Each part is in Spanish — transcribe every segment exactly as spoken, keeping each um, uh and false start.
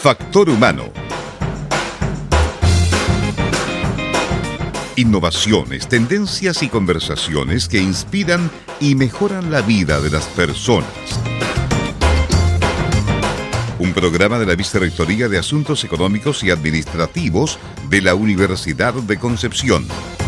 Factor humano. Innovaciones, tendencias y conversaciones que inspiran y mejoran la vida de las personas. Un programa de la Vicerrectoría de Asuntos Económicos y Administrativos de la Universidad de Concepción.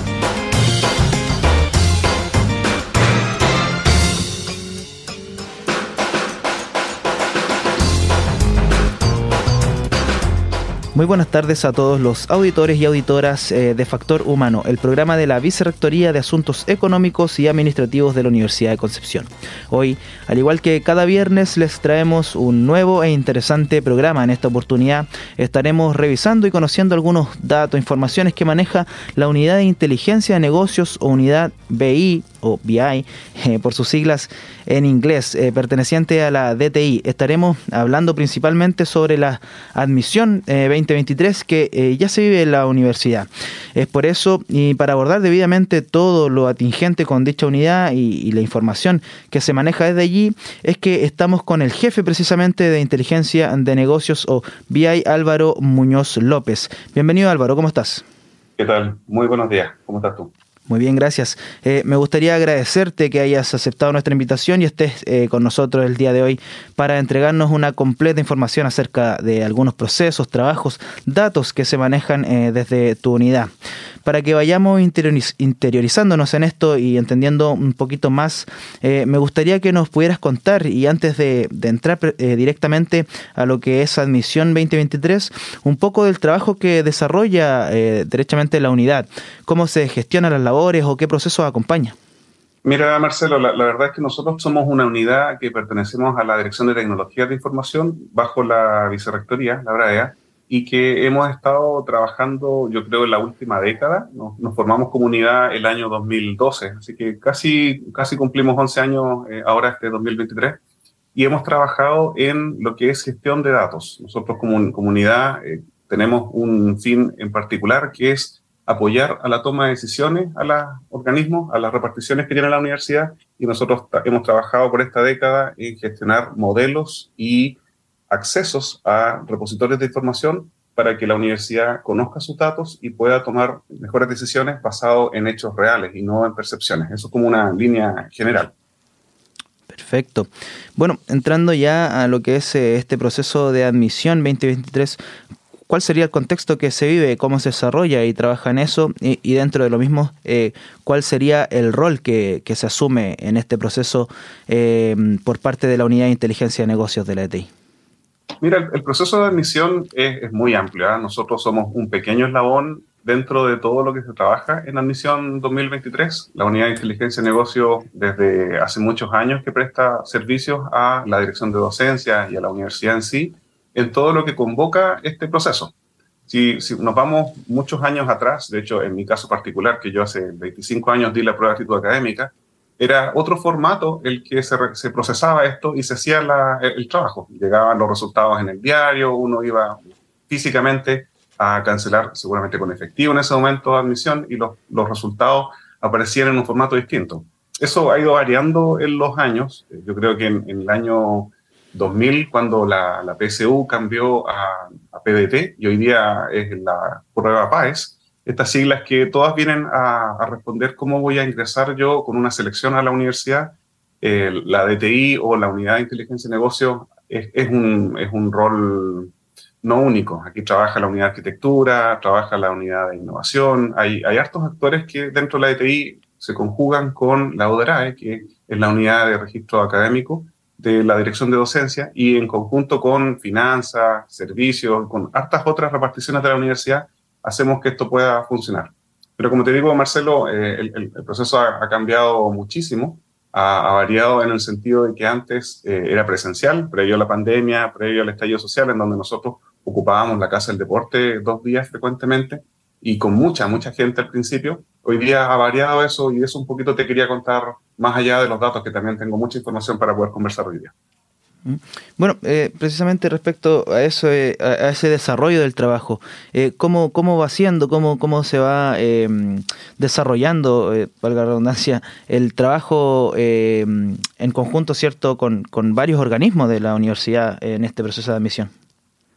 Muy buenas tardes a todos los auditores y auditoras eh, de Factor Humano, el programa de la Vicerrectoría de Asuntos Económicos y Administrativos de la Universidad de Concepción. Hoy, al igual que cada viernes, les traemos un nuevo e interesante programa. En esta oportunidad estaremos revisando y conociendo algunos datos, informaciones que maneja la Unidad de Inteligencia de Negocios o Unidad B I o B I, eh, por sus siglas en inglés, eh, perteneciente a la D T I. Estaremos hablando principalmente sobre la admisión eh, veinte veintitrés que eh, ya se vive en la universidad. Es por eso, y para abordar debidamente todo lo atingente con dicha unidad y, y la información que se maneja desde allí, es que estamos con el jefe precisamente de Inteligencia de Negocios o B I, Álvaro Muñoz López. Bienvenido, Álvaro, ¿cómo estás? ¿Qué tal? Muy buenos días, ¿cómo estás tú? Muy bien, gracias. Eh, me gustaría agradecerte que hayas aceptado nuestra invitación y estés eh, con nosotros el día de hoy para entregarnos una completa información acerca de algunos procesos, trabajos, datos que se manejan eh, desde tu unidad. Para que vayamos interioriz- interiorizándonos en esto y entendiendo un poquito más, eh, me gustaría que nos pudieras contar, y antes de, de entrar eh, directamente a lo que es admisión veinte veintitrés, un poco del trabajo que desarrolla eh, derechamente la unidad, cómo se gestionan las labores o qué procesos acompaña. Mira, Marcelo, la, la verdad es que nosotros somos una unidad que pertenecemos a la Dirección de Tecnologías de Información bajo la Vicerrectoría, la BRAEA, y que hemos estado trabajando, yo creo, en la última década. Nos, nos formamos como unidad el año dos mil doce, así que casi, casi cumplimos once años eh, ahora este dos mil veintitrés, y hemos trabajado en lo que es gestión de datos. Nosotros como comunidad eh, tenemos un fin en particular, que es apoyar a la toma de decisiones a los organismos, a las reparticiones que tiene la universidad, y nosotros ta- hemos trabajado por esta década en gestionar modelos y accesos a repositorios de información para que la universidad conozca sus datos y pueda tomar mejores decisiones basadas en hechos reales y no en percepciones. Eso es como una línea general. Perfecto. Bueno, entrando ya a lo que es eh, este proceso de admisión veinte veintitrés, ¿cuál sería el contexto que se vive, cómo se desarrolla y trabaja en eso? Y, y dentro de lo mismo, eh, ¿cuál sería el rol que, que se asume en este proceso eh, por parte de la Unidad de Inteligencia de Negocios de la D T I? Mira, el, el proceso de admisión es, es muy amplio, ¿eh? Nosotros somos un pequeño eslabón dentro de todo lo que se trabaja en admisión dos mil veintitrés. La Unidad de Inteligencia de Negocios desde hace muchos años que presta servicios a la Dirección de Docencia y a la universidad en sí, en todo lo que convoca este proceso. Si, si nos vamos muchos años atrás, de hecho, en mi caso particular, que yo hace veinticinco años di la prueba de actitud académica, era otro formato el que se, se procesaba esto y se hacía la, el, el trabajo. Llegaban los resultados en el diario, uno iba físicamente a cancelar, seguramente con efectivo en ese momento de admisión, y los, los resultados aparecían en un formato distinto. Eso ha ido variando en los años. Yo creo que en, en el año dos mil, cuando la, la P S U cambió a, a P D T, y hoy día es la prueba PAES, estas siglas que todas vienen a, a responder cómo voy a ingresar yo con una selección a la universidad. Eh, la D T I o la Unidad de Inteligencia de Negocios es, es, un, es un rol no único. Aquí trabaja la Unidad de Arquitectura, trabaja la Unidad de Innovación. Hay, hay hartos actores que dentro de la D T I se conjugan con la U D R A E, que es la Unidad de Registro Académico de la Dirección de Docencia, y en conjunto con finanzas, servicios, con hartas otras reparticiones de la universidad, hacemos que esto pueda funcionar. Pero como te digo, Marcelo, eh, el, el, el proceso ha, ha cambiado muchísimo, ha, ha variado en el sentido de que antes eh, era presencial, previo a la pandemia, previo al estallido social, en donde nosotros ocupábamos la Casa del Deporte dos días frecuentemente, y con mucha, mucha gente al principio. Hoy día ha variado eso, y eso un poquito te quería contar, más allá de los datos, que también tengo mucha información para poder conversar hoy día. Bueno, eh, precisamente respecto a eso, eh, a, a ese desarrollo del trabajo, eh, ¿cómo, cómo va siendo, cómo, cómo se va eh, desarrollando, eh, valga la redundancia, el trabajo eh, en conjunto, cierto, con, con varios organismos de la universidad en este proceso de admisión?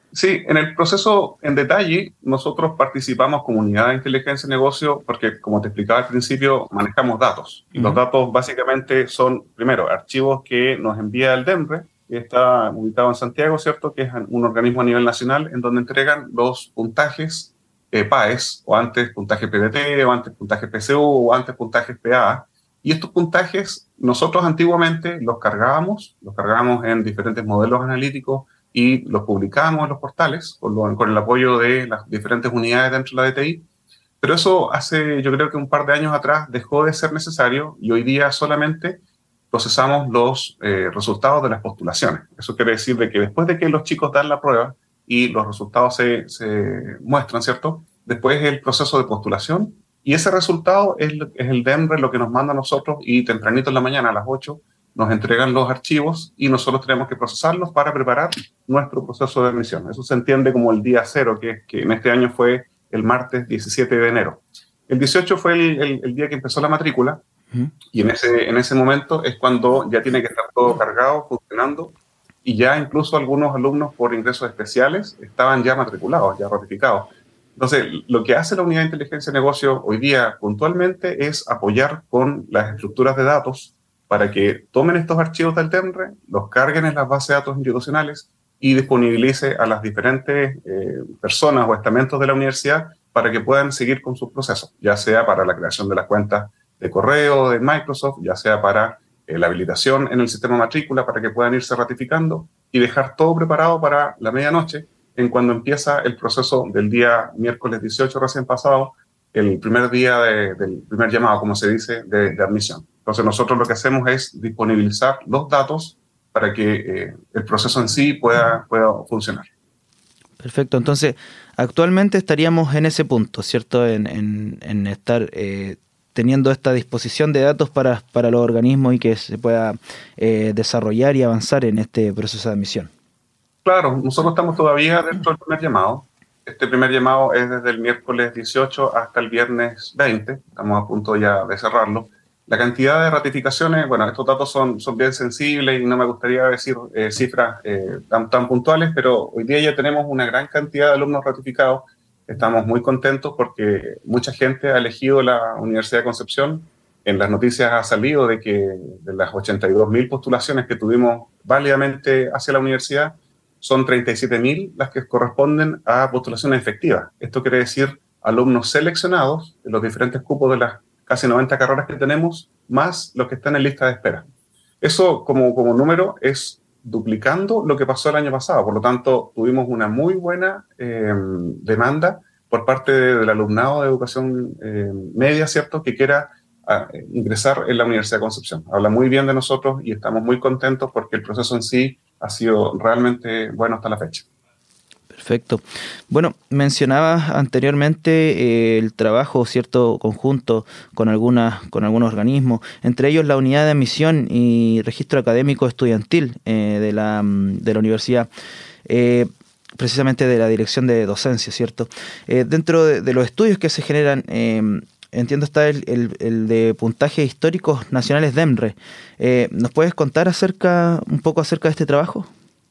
Sí, en el proceso en detalle, nosotros participamos como unidad de inteligencia de negocio porque, como te explicaba al principio, manejamos datos. Y uh-huh. Los datos básicamente son, primero, archivos que nos envía el DEMRE, que está ubicado en Santiago, ¿cierto? Que es un organismo a nivel nacional en donde entregan los puntajes eh, P A E S, o antes puntaje P D T, o antes puntaje P C U, o antes puntajes P A A. Y estos puntajes, nosotros antiguamente los cargábamos, los cargábamos en diferentes modelos analíticos, y los publicamos en los portales con, lo, con el apoyo de las diferentes unidades dentro de la D T I, pero eso hace, yo creo que un par de años atrás dejó de ser necesario y hoy día solamente procesamos los eh, resultados de las postulaciones. Eso quiere decir de que después de que los chicos dan la prueba y los resultados se, se muestran, ¿cierto? Después el proceso de postulación y ese resultado es, es el DEMRE lo que nos manda a nosotros y tempranito en la mañana a las ocho nos entregan los archivos y nosotros tenemos que procesarlos para preparar nuestro proceso de admisión. Eso se entiende como el día cero, que, que en este año fue el martes diecisiete de enero. El dieciocho fue el, el, el día que empezó la matrícula uh-huh. y en ese, en ese momento es cuando ya tiene que estar todo cargado, funcionando, y ya incluso algunos alumnos por ingresos especiales estaban ya matriculados, ya ratificados. Entonces, lo que hace la Unidad de Inteligencia de Negocio hoy día puntualmente es apoyar con las estructuras de datos para que tomen estos archivos del DEMRE, los carguen en las bases de datos institucionales y disponibilice a las diferentes eh, personas o estamentos de la universidad para que puedan seguir con sus procesos, ya sea para la creación de las cuentas de correo de Microsoft, ya sea para eh, la habilitación en el sistema matrícula para que puedan irse ratificando y dejar todo preparado para la medianoche, en cuando empieza el proceso del día miércoles dieciocho recién pasado, el primer día de, del primer llamado, como se dice, de, de admisión. Entonces nosotros lo que hacemos es disponibilizar los datos para que eh, el proceso en sí pueda, pueda funcionar. Perfecto, entonces actualmente estaríamos en ese punto, ¿cierto? En, en, en estar eh, teniendo esta disposición de datos para, para los organismos y que se pueda eh, desarrollar y avanzar en este proceso de admisión. Claro, nosotros estamos todavía dentro del primer llamado. Este primer llamado es desde el miércoles dieciocho hasta el viernes veinte, estamos a punto ya de cerrarlo. La cantidad de ratificaciones, bueno, estos datos son, son bien sensibles y no me gustaría decir eh, cifras eh, tan, tan puntuales, pero hoy día ya tenemos una gran cantidad de alumnos ratificados. Estamos muy contentos porque mucha gente ha elegido la Universidad de Concepción. En las noticias ha salido de que de las ochenta y dos mil postulaciones que tuvimos válidamente hacia la universidad, son treinta y siete mil las que corresponden a postulaciones efectivas. Esto quiere decir alumnos seleccionados en los diferentes cupos de las casi noventa carreras que tenemos, más los que están en lista de espera. Eso como, como número es duplicando lo que pasó el año pasado. Por lo tanto, tuvimos una muy buena eh, demanda por parte de, del alumnado de educación eh, media, ¿cierto?, que quiera eh, ingresar en la Universidad de Concepción. Habla muy bien de nosotros y estamos muy contentos porque el proceso en sí ha sido realmente bueno hasta la fecha. Perfecto. Bueno, mencionabas anteriormente eh, el trabajo, cierto, conjunto con, algunas, con algunos organismos, entre ellos la Unidad de Admisión y Registro Académico Estudiantil eh, de, la, de la universidad, eh, precisamente de la Dirección de Docencia, ¿cierto? Eh, dentro de, de los estudios que se generan, eh, entiendo está el, el, el de puntajes históricos nacionales DEMRE. Eh, ¿Nos puedes contar acerca un poco acerca de este trabajo?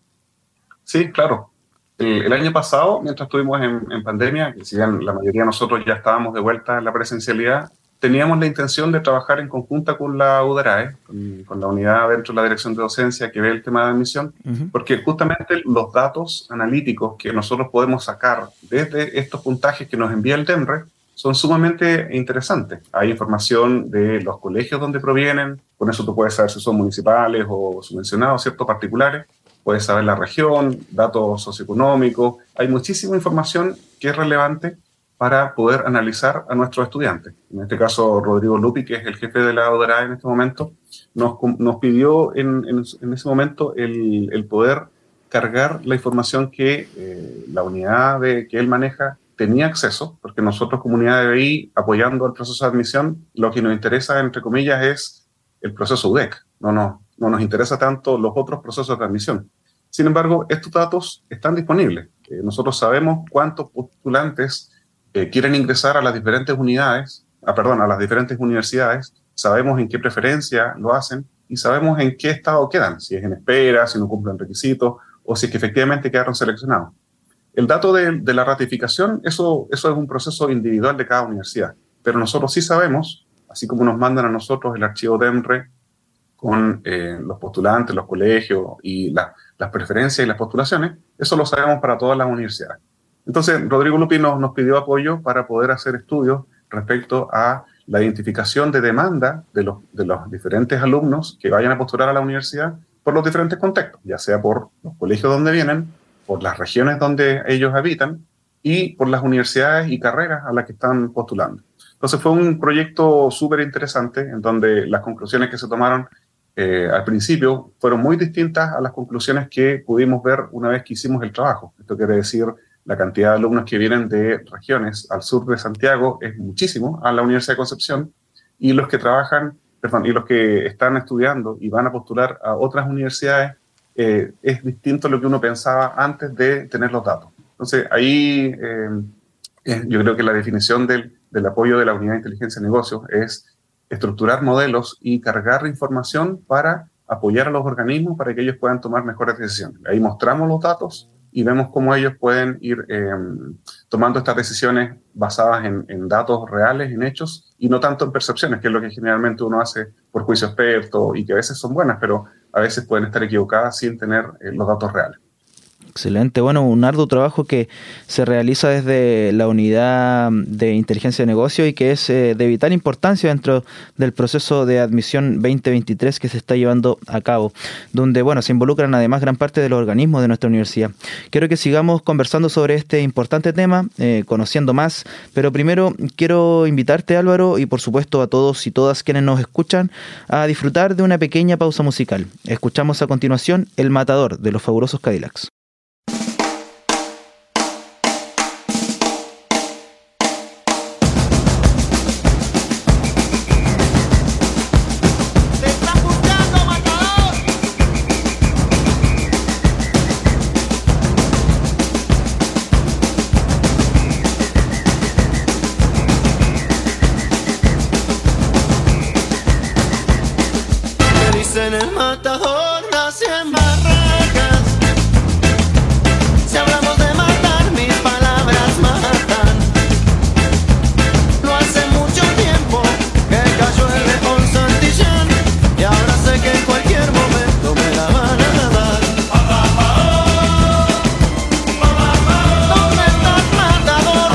Sí, claro. El, el año pasado, mientras estuvimos en, en pandemia, que si bien la mayoría de nosotros ya estábamos de vuelta en la presencialidad, teníamos la intención de trabajar en conjunta con la U D A R A E, con, con la unidad dentro de la Dirección de Docencia que ve el tema de admisión, uh-huh. porque justamente los datos analíticos que nosotros podemos sacar desde estos puntajes que nos envía el DEMRE son sumamente interesantes. Hay información de los colegios donde provienen, con eso tú puedes saber si son municipales o subvencionados, ¿cierto?, particulares. Puedes saber la región, datos socioeconómicos. Hay muchísima información que es relevante para poder analizar a nuestros estudiantes. En este caso, Rodrigo Lupi, que es el jefe de la U D A R A E en este momento, nos, nos pidió en, en, en ese momento el, el poder cargar la información que eh, la unidad de, que él maneja tenía acceso, porque nosotros, comunidad de B I, apoyando el proceso de admisión, lo que nos interesa, entre comillas, es el proceso U D E C. No, no, no nos interesa tanto los otros procesos de admisión. Sin embargo, estos datos están disponibles. Eh, nosotros sabemos cuántos postulantes eh, quieren ingresar a las diferentes unidades, ah, perdón, a las diferentes universidades, sabemos en qué preferencia lo hacen y sabemos en qué estado quedan, si es en espera, si no cumplen requisitos o si es que efectivamente quedaron seleccionados. el dato de, de la ratificación, eso, eso es un proceso individual de cada universidad, pero nosotros sí sabemos, así como nos mandan a nosotros el archivo TEMRE con eh, los postulantes, los colegios y la, las preferencias y las postulaciones, eso lo sabemos para todas las universidades. Entonces, Rodrigo Lupi nos, nos pidió apoyo para poder hacer estudios respecto a la identificación de demanda de los, de los diferentes alumnos que vayan a postular a la universidad por los diferentes contextos, ya sea por los colegios donde vienen, por las regiones donde ellos habitan y por las universidades y carreras a las que están postulando. Entonces fue un proyecto súper interesante en donde las conclusiones que se tomaron eh, al principio fueron muy distintas a las conclusiones que pudimos ver una vez que hicimos el trabajo. Esto quiere decir, la cantidad de alumnos que vienen de regiones al sur de Santiago es muchísimo a la Universidad de Concepción, y los que trabajan, perdón, y los que están estudiando y van a postular a otras universidades eh, es distinto a lo que uno pensaba antes de tener los datos. Entonces ahí eh, eh, yo creo que la definición del, del apoyo de la Unidad de Inteligencia de Negocios es estructurar modelos y cargar información para apoyar a los organismos para que ellos puedan tomar mejores decisiones. Ahí mostramos los datos y vemos cómo ellos pueden ir eh, tomando estas decisiones basadas en, en datos reales, en hechos, y no tanto en percepciones, que es lo que generalmente uno hace por juicio experto y que a veces son buenas, pero a veces pueden estar equivocadas sin tener eh, los datos reales. Excelente. Bueno, un arduo trabajo que se realiza desde la unidad de inteligencia de negocio y que es eh, de vital importancia dentro del proceso de admisión veinte veintitrés que se está llevando a cabo, donde, bueno, se involucran además gran parte de los organismos de nuestra universidad. Quiero que sigamos conversando sobre este importante tema, eh, conociendo más, pero primero quiero invitarte, Álvaro, y por supuesto a todos y todas quienes nos escuchan, a disfrutar de una pequeña pausa musical. Escuchamos a continuación El Matador de los Fabulosos Cadillacs. En el matador nací en Barracas. Si hablamos de matar, mis palabras matan. No hace mucho tiempo que cayó el león Santillán, y ahora sé que en cualquier momento me la van a dar. ¿Dónde estás, matador?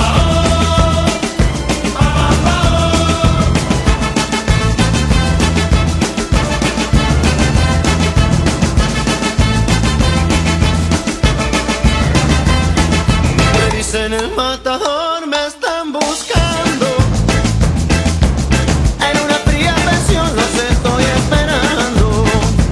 En el matador me están buscando. En una fría pensión los estoy esperando.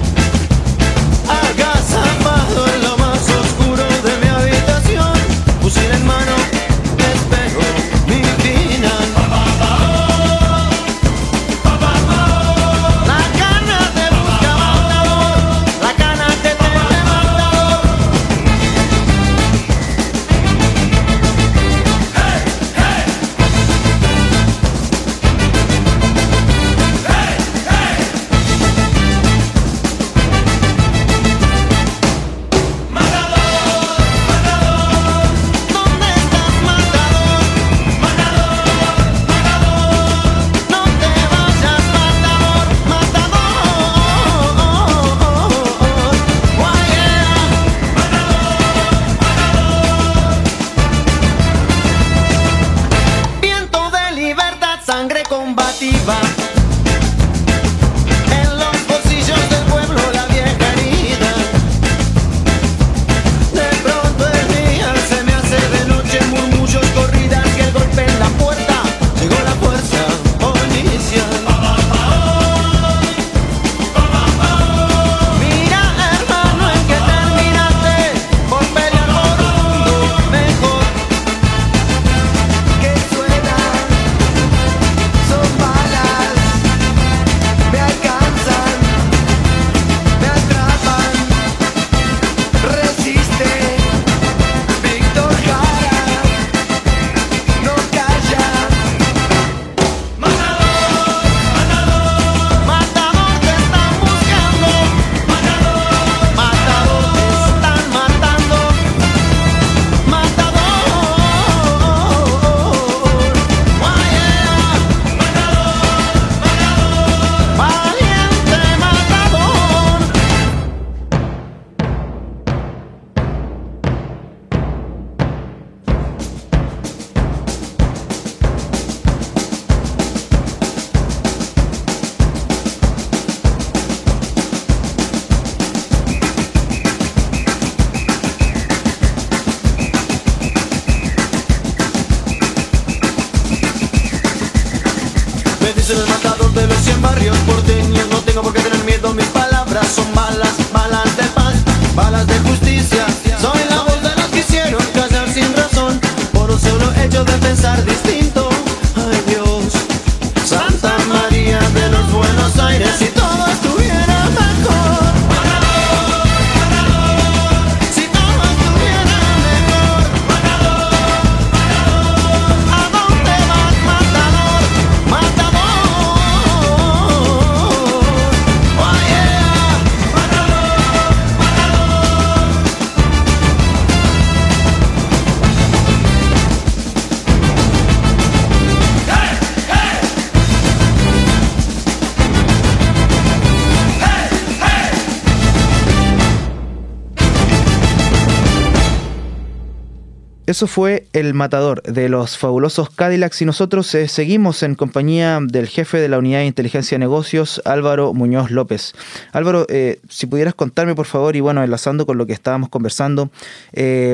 Agazapado en lo más oscuro de mi habitación, fusil en mano, espero mi final. La cana te busca, matador. La cana te teme, matador. tengo por qué tener miedo, mis palabras son balas, balas de paz, balas de justicia. Soy la voz de los que hicieron callar sin razón, por un solo hecho de pensar distinto. Ay Dios, Santa María de los Buenos Aires, si todo estuviera mejor. Si todo estuviera mejor. ¿A dónde vas, matador? Matador. Oh yeah. Eso fue El Matador de los fabulosos Cadillacs y nosotros eh, seguimos en compañía del jefe de la Unidad de Inteligencia de Negocios, Álvaro Muñoz López. Álvaro, eh, si pudieras contarme por favor, y bueno, enlazando con lo que estábamos conversando, eh,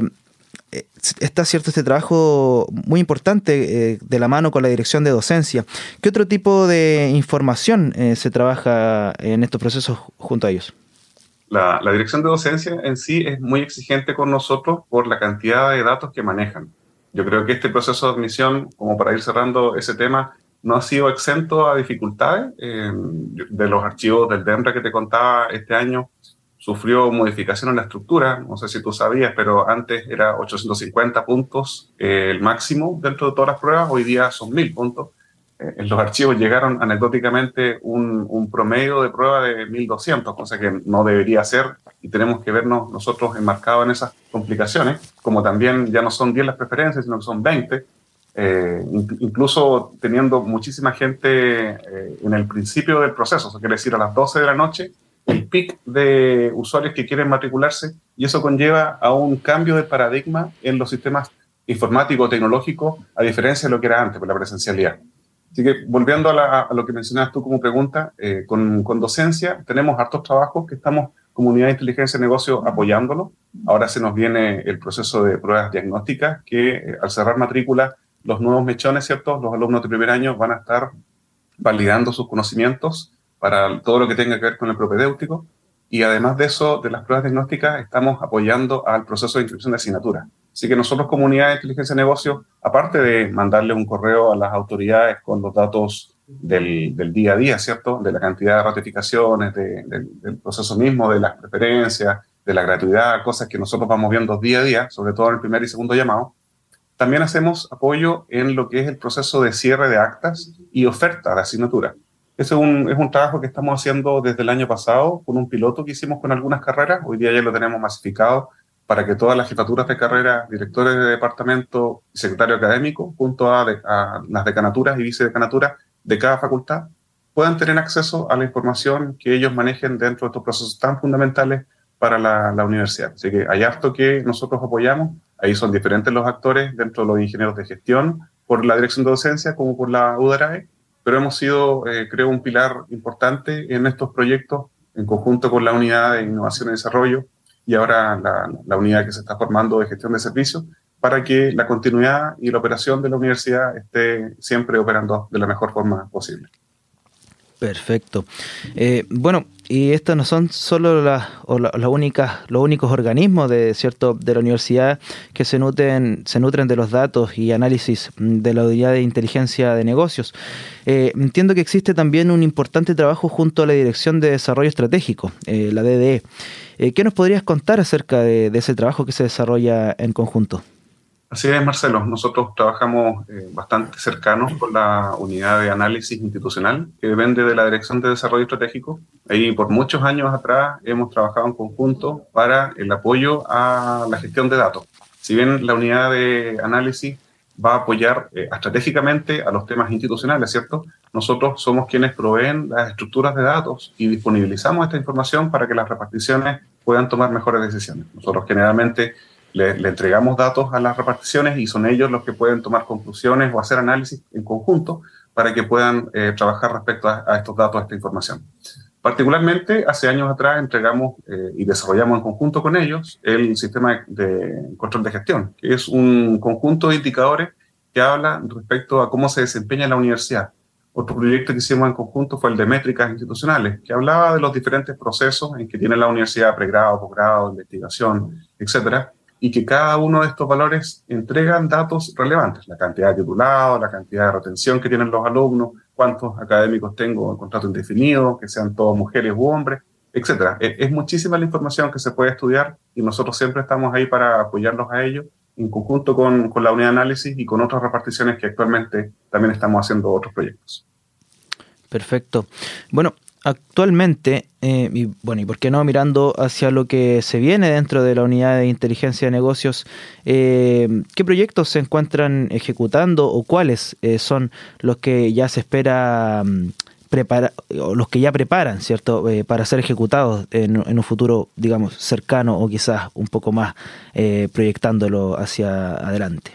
está cierto este trabajo muy importante eh, de la mano con la dirección de docencia. ¿Qué otro tipo de información eh, se trabaja en estos procesos junto a ellos? La, la dirección de docencia en sí es muy exigente con nosotros por la cantidad de datos que manejan. Yo creo que este proceso de admisión, como para ir cerrando ese tema, no ha sido exento a dificultades. Eh, de los archivos del DEMRA que te contaba este año, sufrió modificación en la estructura. No sé si tú sabías, pero antes era ochocientos cincuenta puntos eh, el máximo dentro de todas las pruebas. Hoy día son mil puntos. En los archivos llegaron anecdóticamente un, un promedio de prueba de mil doscientos, cosa que no debería ser, y tenemos que vernos nosotros enmarcados en esas complicaciones, como también ya no son diez las preferencias, sino que son veinte, eh, incluso teniendo muchísima gente eh, en el principio del proceso, eso quiere decir a las doce de la noche, el pic de usuarios que quieren matricularse, y eso conlleva a un cambio de paradigma en los sistemas informáticos, tecnológicos, a diferencia de lo que era antes, por la presencialidad. Así que, volviendo a, la, a lo que mencionabas tú como pregunta, eh, con, con docencia tenemos hartos trabajos que estamos, como Unidad de Inteligencia de Negocio, apoyándolo. Ahora se nos viene el proceso de pruebas diagnósticas, que eh, al cerrar matrícula, los nuevos mechones, ¿cierto? Los alumnos de primer año van a estar validando sus conocimientos para todo lo que tenga que ver con el propedéutico. Y además de eso, de las pruebas diagnósticas, estamos apoyando al proceso de inscripción de asignaturas. Así que nosotros, como Unidad de Inteligencia de Negocios, aparte de mandarle un correo a las autoridades con los datos del, del día a día, ¿cierto? De la cantidad de ratificaciones, de, de, del proceso mismo, de las preferencias, de la gratuidad, cosas que nosotros vamos viendo día a día, sobre todo en el primer y segundo llamado, también hacemos apoyo en lo que es el proceso de cierre de actas y oferta de asignatura. Ese es un, es un trabajo que estamos haciendo desde el año pasado con un piloto que hicimos con algunas carreras. Hoy día ya lo tenemos masificado para que todas las jefaturas de carrera, directores de departamento y secretario académico, junto a, de, a las decanaturas y vicedecanatura de cada facultad, puedan tener acceso a la información que ellos manejen dentro de estos procesos tan fundamentales para la, la universidad. Así que hay harto que nosotros apoyamos. Ahí son diferentes los actores dentro de los ingenieros de gestión, por la dirección de docencia como por la U D R A E, pero hemos sido, eh, creo, un pilar importante en estos proyectos en conjunto con la Unidad de Innovación y Desarrollo y ahora la, la unidad que se está formando de gestión de servicios, para que la continuidad y la operación de la universidad esté siempre operando de la mejor forma posible. Perfecto. Eh, bueno, y estos no son solo las, o la, las únicas, los únicos organismos de, cierto, de la universidad que se nutren, se nutren de los datos y análisis de la unidad de inteligencia de negocios. Eh, entiendo que existe también un importante trabajo junto a la Dirección de Desarrollo Estratégico, eh, la D D E. Eh, ¿Qué nos podrías contar acerca de, de ese trabajo que se desarrolla en conjunto? Así es, Marcelo. Nosotros trabajamos eh, bastante cercanos con la unidad de análisis institucional, que depende de la Dirección de Desarrollo Estratégico. Ahí por muchos años atrás hemos trabajado en conjunto para el apoyo a la gestión de datos. Si bien la unidad de análisis va a apoyar eh, estratégicamente a los temas institucionales, ¿cierto? Nosotros somos quienes proveen las estructuras de datos y disponibilizamos esta información para que las reparticiones puedan tomar mejores decisiones. Nosotros generalmente Le, le entregamos datos a las reparticiones y son ellos los que pueden tomar conclusiones o hacer análisis en conjunto para que puedan eh, trabajar respecto a, a estos datos, a esta información. Particularmente, hace años atrás entregamos eh, y desarrollamos en conjunto con ellos el sistema de control de gestión, que es un conjunto de indicadores que habla respecto a cómo se desempeña la universidad. Otro proyecto que hicimos en conjunto fue el de métricas institucionales, que hablaba de los diferentes procesos en que tiene la universidad, pregrado, posgrado, investigación, etcétera, y que cada uno de estos valores entregan datos relevantes, la cantidad de titulados, la cantidad de retención que tienen los alumnos, cuántos académicos tengo en contrato indefinido, que sean todos mujeres u hombres, etcétera. Es, es muchísima la información que se puede estudiar y nosotros siempre estamos ahí para apoyarlos a ellos, en conjunto con, con la unidad de análisis y con otras reparticiones que actualmente también estamos haciendo otros proyectos. Perfecto. Bueno, actualmente, eh, y bueno, y por qué no, mirando hacia lo que se viene dentro de la unidad de inteligencia de negocios, eh, ¿qué proyectos se encuentran ejecutando o cuáles eh, son los que ya se espera um, prepara, o los que ya preparan, ¿cierto?, eh, para ser ejecutados en, en un futuro, digamos, cercano o quizás un poco más eh, proyectándolo hacia adelante?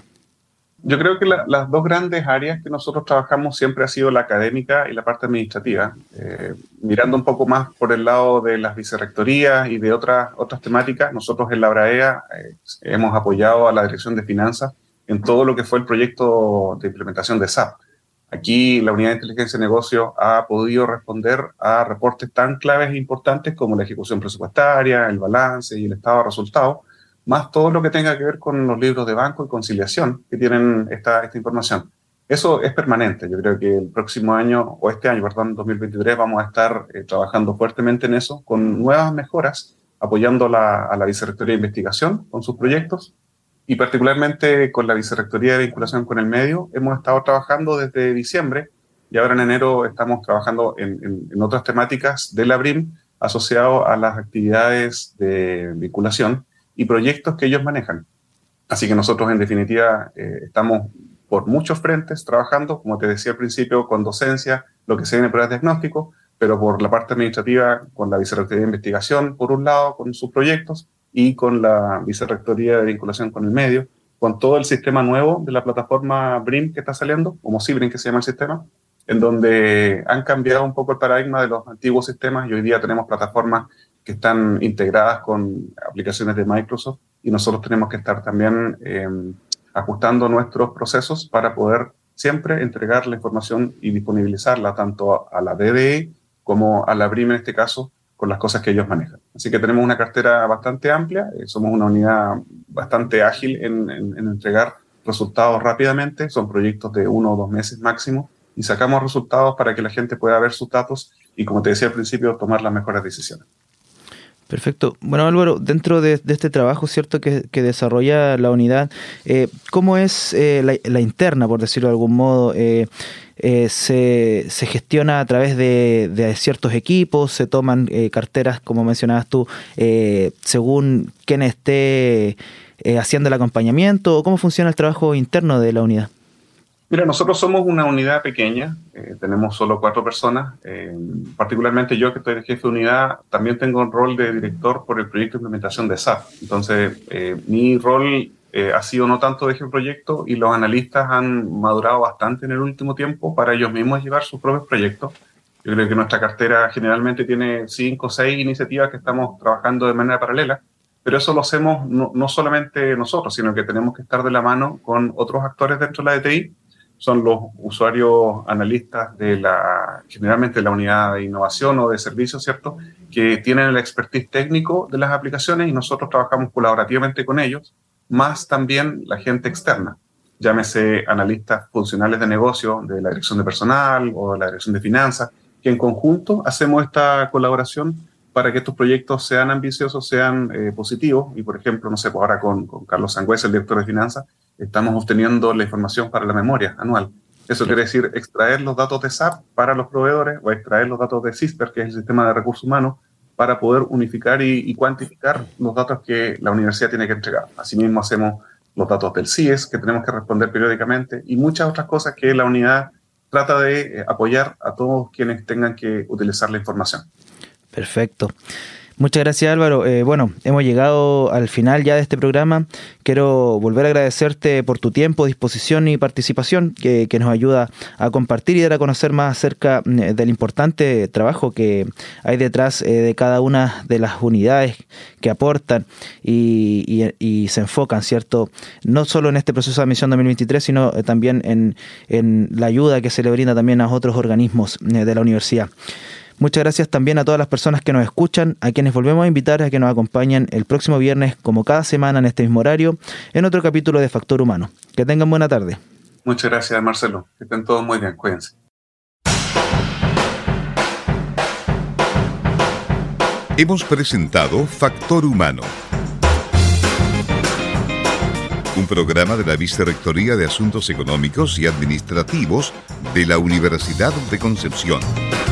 Yo creo que la, las dos grandes áreas que nosotros trabajamos siempre ha sido la académica y la parte administrativa. Eh, mirando un poco más por el lado de las vicerrectorías y de otras, otras temáticas, nosotros en la BRAEA eh, hemos apoyado a la Dirección de Finanzas en todo lo que fue el proyecto de implementación de S A P. Aquí la Unidad de Inteligencia de Negocios ha podido responder a reportes tan claves e importantes como la ejecución presupuestaria, el balance y el estado de resultados, más todo lo que tenga que ver con los libros de banco y conciliación que tienen esta, esta información. Eso es permanente. Yo creo que el próximo año, o este año, perdón, dos mil veintitrés, vamos a estar eh, trabajando fuertemente en eso, con nuevas mejoras, apoyando la, a la Vicerrectoría de Investigación con sus proyectos, y particularmente con la Vicerrectoría de Vinculación con el Medio. Hemos estado trabajando desde diciembre, y ahora en enero estamos trabajando en, en, en otras temáticas de la B R I M, asociado a las actividades de vinculación y proyectos que ellos manejan. Así que nosotros, en definitiva, eh, estamos por muchos frentes trabajando, como te decía al principio, con docencia, lo que se viene por el diagnóstico, pero por la parte administrativa, con la Vicerrectoría de Investigación, por un lado, con sus proyectos, y con la Vicerrectoría de Vinculación con el Medio, con todo el sistema nuevo de la plataforma B R I M que está saliendo, como Cibrin que se llama el sistema, en donde han cambiado un poco el paradigma de los antiguos sistemas, y hoy día tenemos plataformas que están integradas con aplicaciones de Microsoft, y nosotros tenemos que estar también eh, ajustando nuestros procesos para poder siempre entregar la información y disponibilizarla tanto a la D D E como a la B R I M en este caso, con las cosas que ellos manejan. Así que tenemos una cartera bastante amplia, eh, somos una unidad bastante ágil en, en, en entregar resultados rápidamente, son proyectos de uno o dos meses máximo, y sacamos resultados para que la gente pueda ver sus datos y, como te decía al principio, tomar las mejores decisiones. Perfecto. Bueno, Álvaro, dentro de, de este trabajo, cierto, que, que desarrolla la unidad, eh, ¿cómo es eh, la, la interna, por decirlo de algún modo? Eh, eh, se, ¿Se gestiona a través de, de ciertos equipos? ¿Se toman eh, carteras, como mencionabas tú, eh, según quién esté eh, haciendo el acompañamiento? ¿O cómo funciona el trabajo interno de la unidad? Mira, nosotros somos una unidad pequeña, eh, tenemos solo cuatro personas, eh, particularmente yo, que estoy de jefe de unidad, también tengo el rol de director por el proyecto de implementación de S A P. Entonces, eh, mi rol eh, ha sido no tanto de jefe de proyecto, y los analistas han madurado bastante en el último tiempo para ellos mismos llevar sus propios proyectos. Yo creo que nuestra cartera generalmente tiene cinco o seis iniciativas que estamos trabajando de manera paralela, pero eso lo hacemos no, no solamente nosotros, sino que tenemos que estar de la mano con otros actores dentro de la D T I. Son los usuarios analistas de la, generalmente de la unidad de innovación o de servicios, ¿cierto?, que tienen el expertise técnico de las aplicaciones, y nosotros trabajamos colaborativamente con ellos, más también la gente externa, llámese analistas funcionales de negocio de la dirección de personal o de la dirección de finanzas, que en conjunto hacemos esta colaboración para que estos proyectos sean ambiciosos, sean eh, positivos. Y, por ejemplo, no sé, pues ahora con, con Carlos Sangüesa, el director de finanzas, estamos obteniendo la información para la memoria anual. Eso quiere decir extraer los datos de S A P para los proveedores, o extraer los datos de CISPER, que es el sistema de recursos humanos, para poder unificar y, y cuantificar los datos que la universidad tiene que entregar. Asimismo, hacemos los datos del C I E S, que tenemos que responder periódicamente, y muchas otras cosas que la unidad trata de eh, apoyar a todos quienes tengan que utilizar la información. Perfecto. Muchas gracias, Álvaro. Eh, bueno, hemos llegado al final ya de este programa. Quiero volver a agradecerte por tu tiempo, disposición y participación que, que nos ayuda a compartir y dar a conocer más acerca del importante trabajo que hay detrás eh, de cada una de las unidades que aportan y, y, y se enfocan, ¿cierto? No solo en este proceso de admisión dos mil veintitrés, sino también en, en la ayuda que se le brinda también a otros organismos de la universidad. Muchas gracias también a todas las personas que nos escuchan, a quienes volvemos a invitar a que nos acompañen el próximo viernes, como cada semana en este mismo horario, en otro capítulo de Factor Humano. Que tengan buena tarde. Muchas gracias, Marcelo. Que estén todos muy bien. Cuídense. Hemos presentado Factor Humano, un programa de la Vicerrectoría de Asuntos Económicos y Administrativos de la Universidad de Concepción.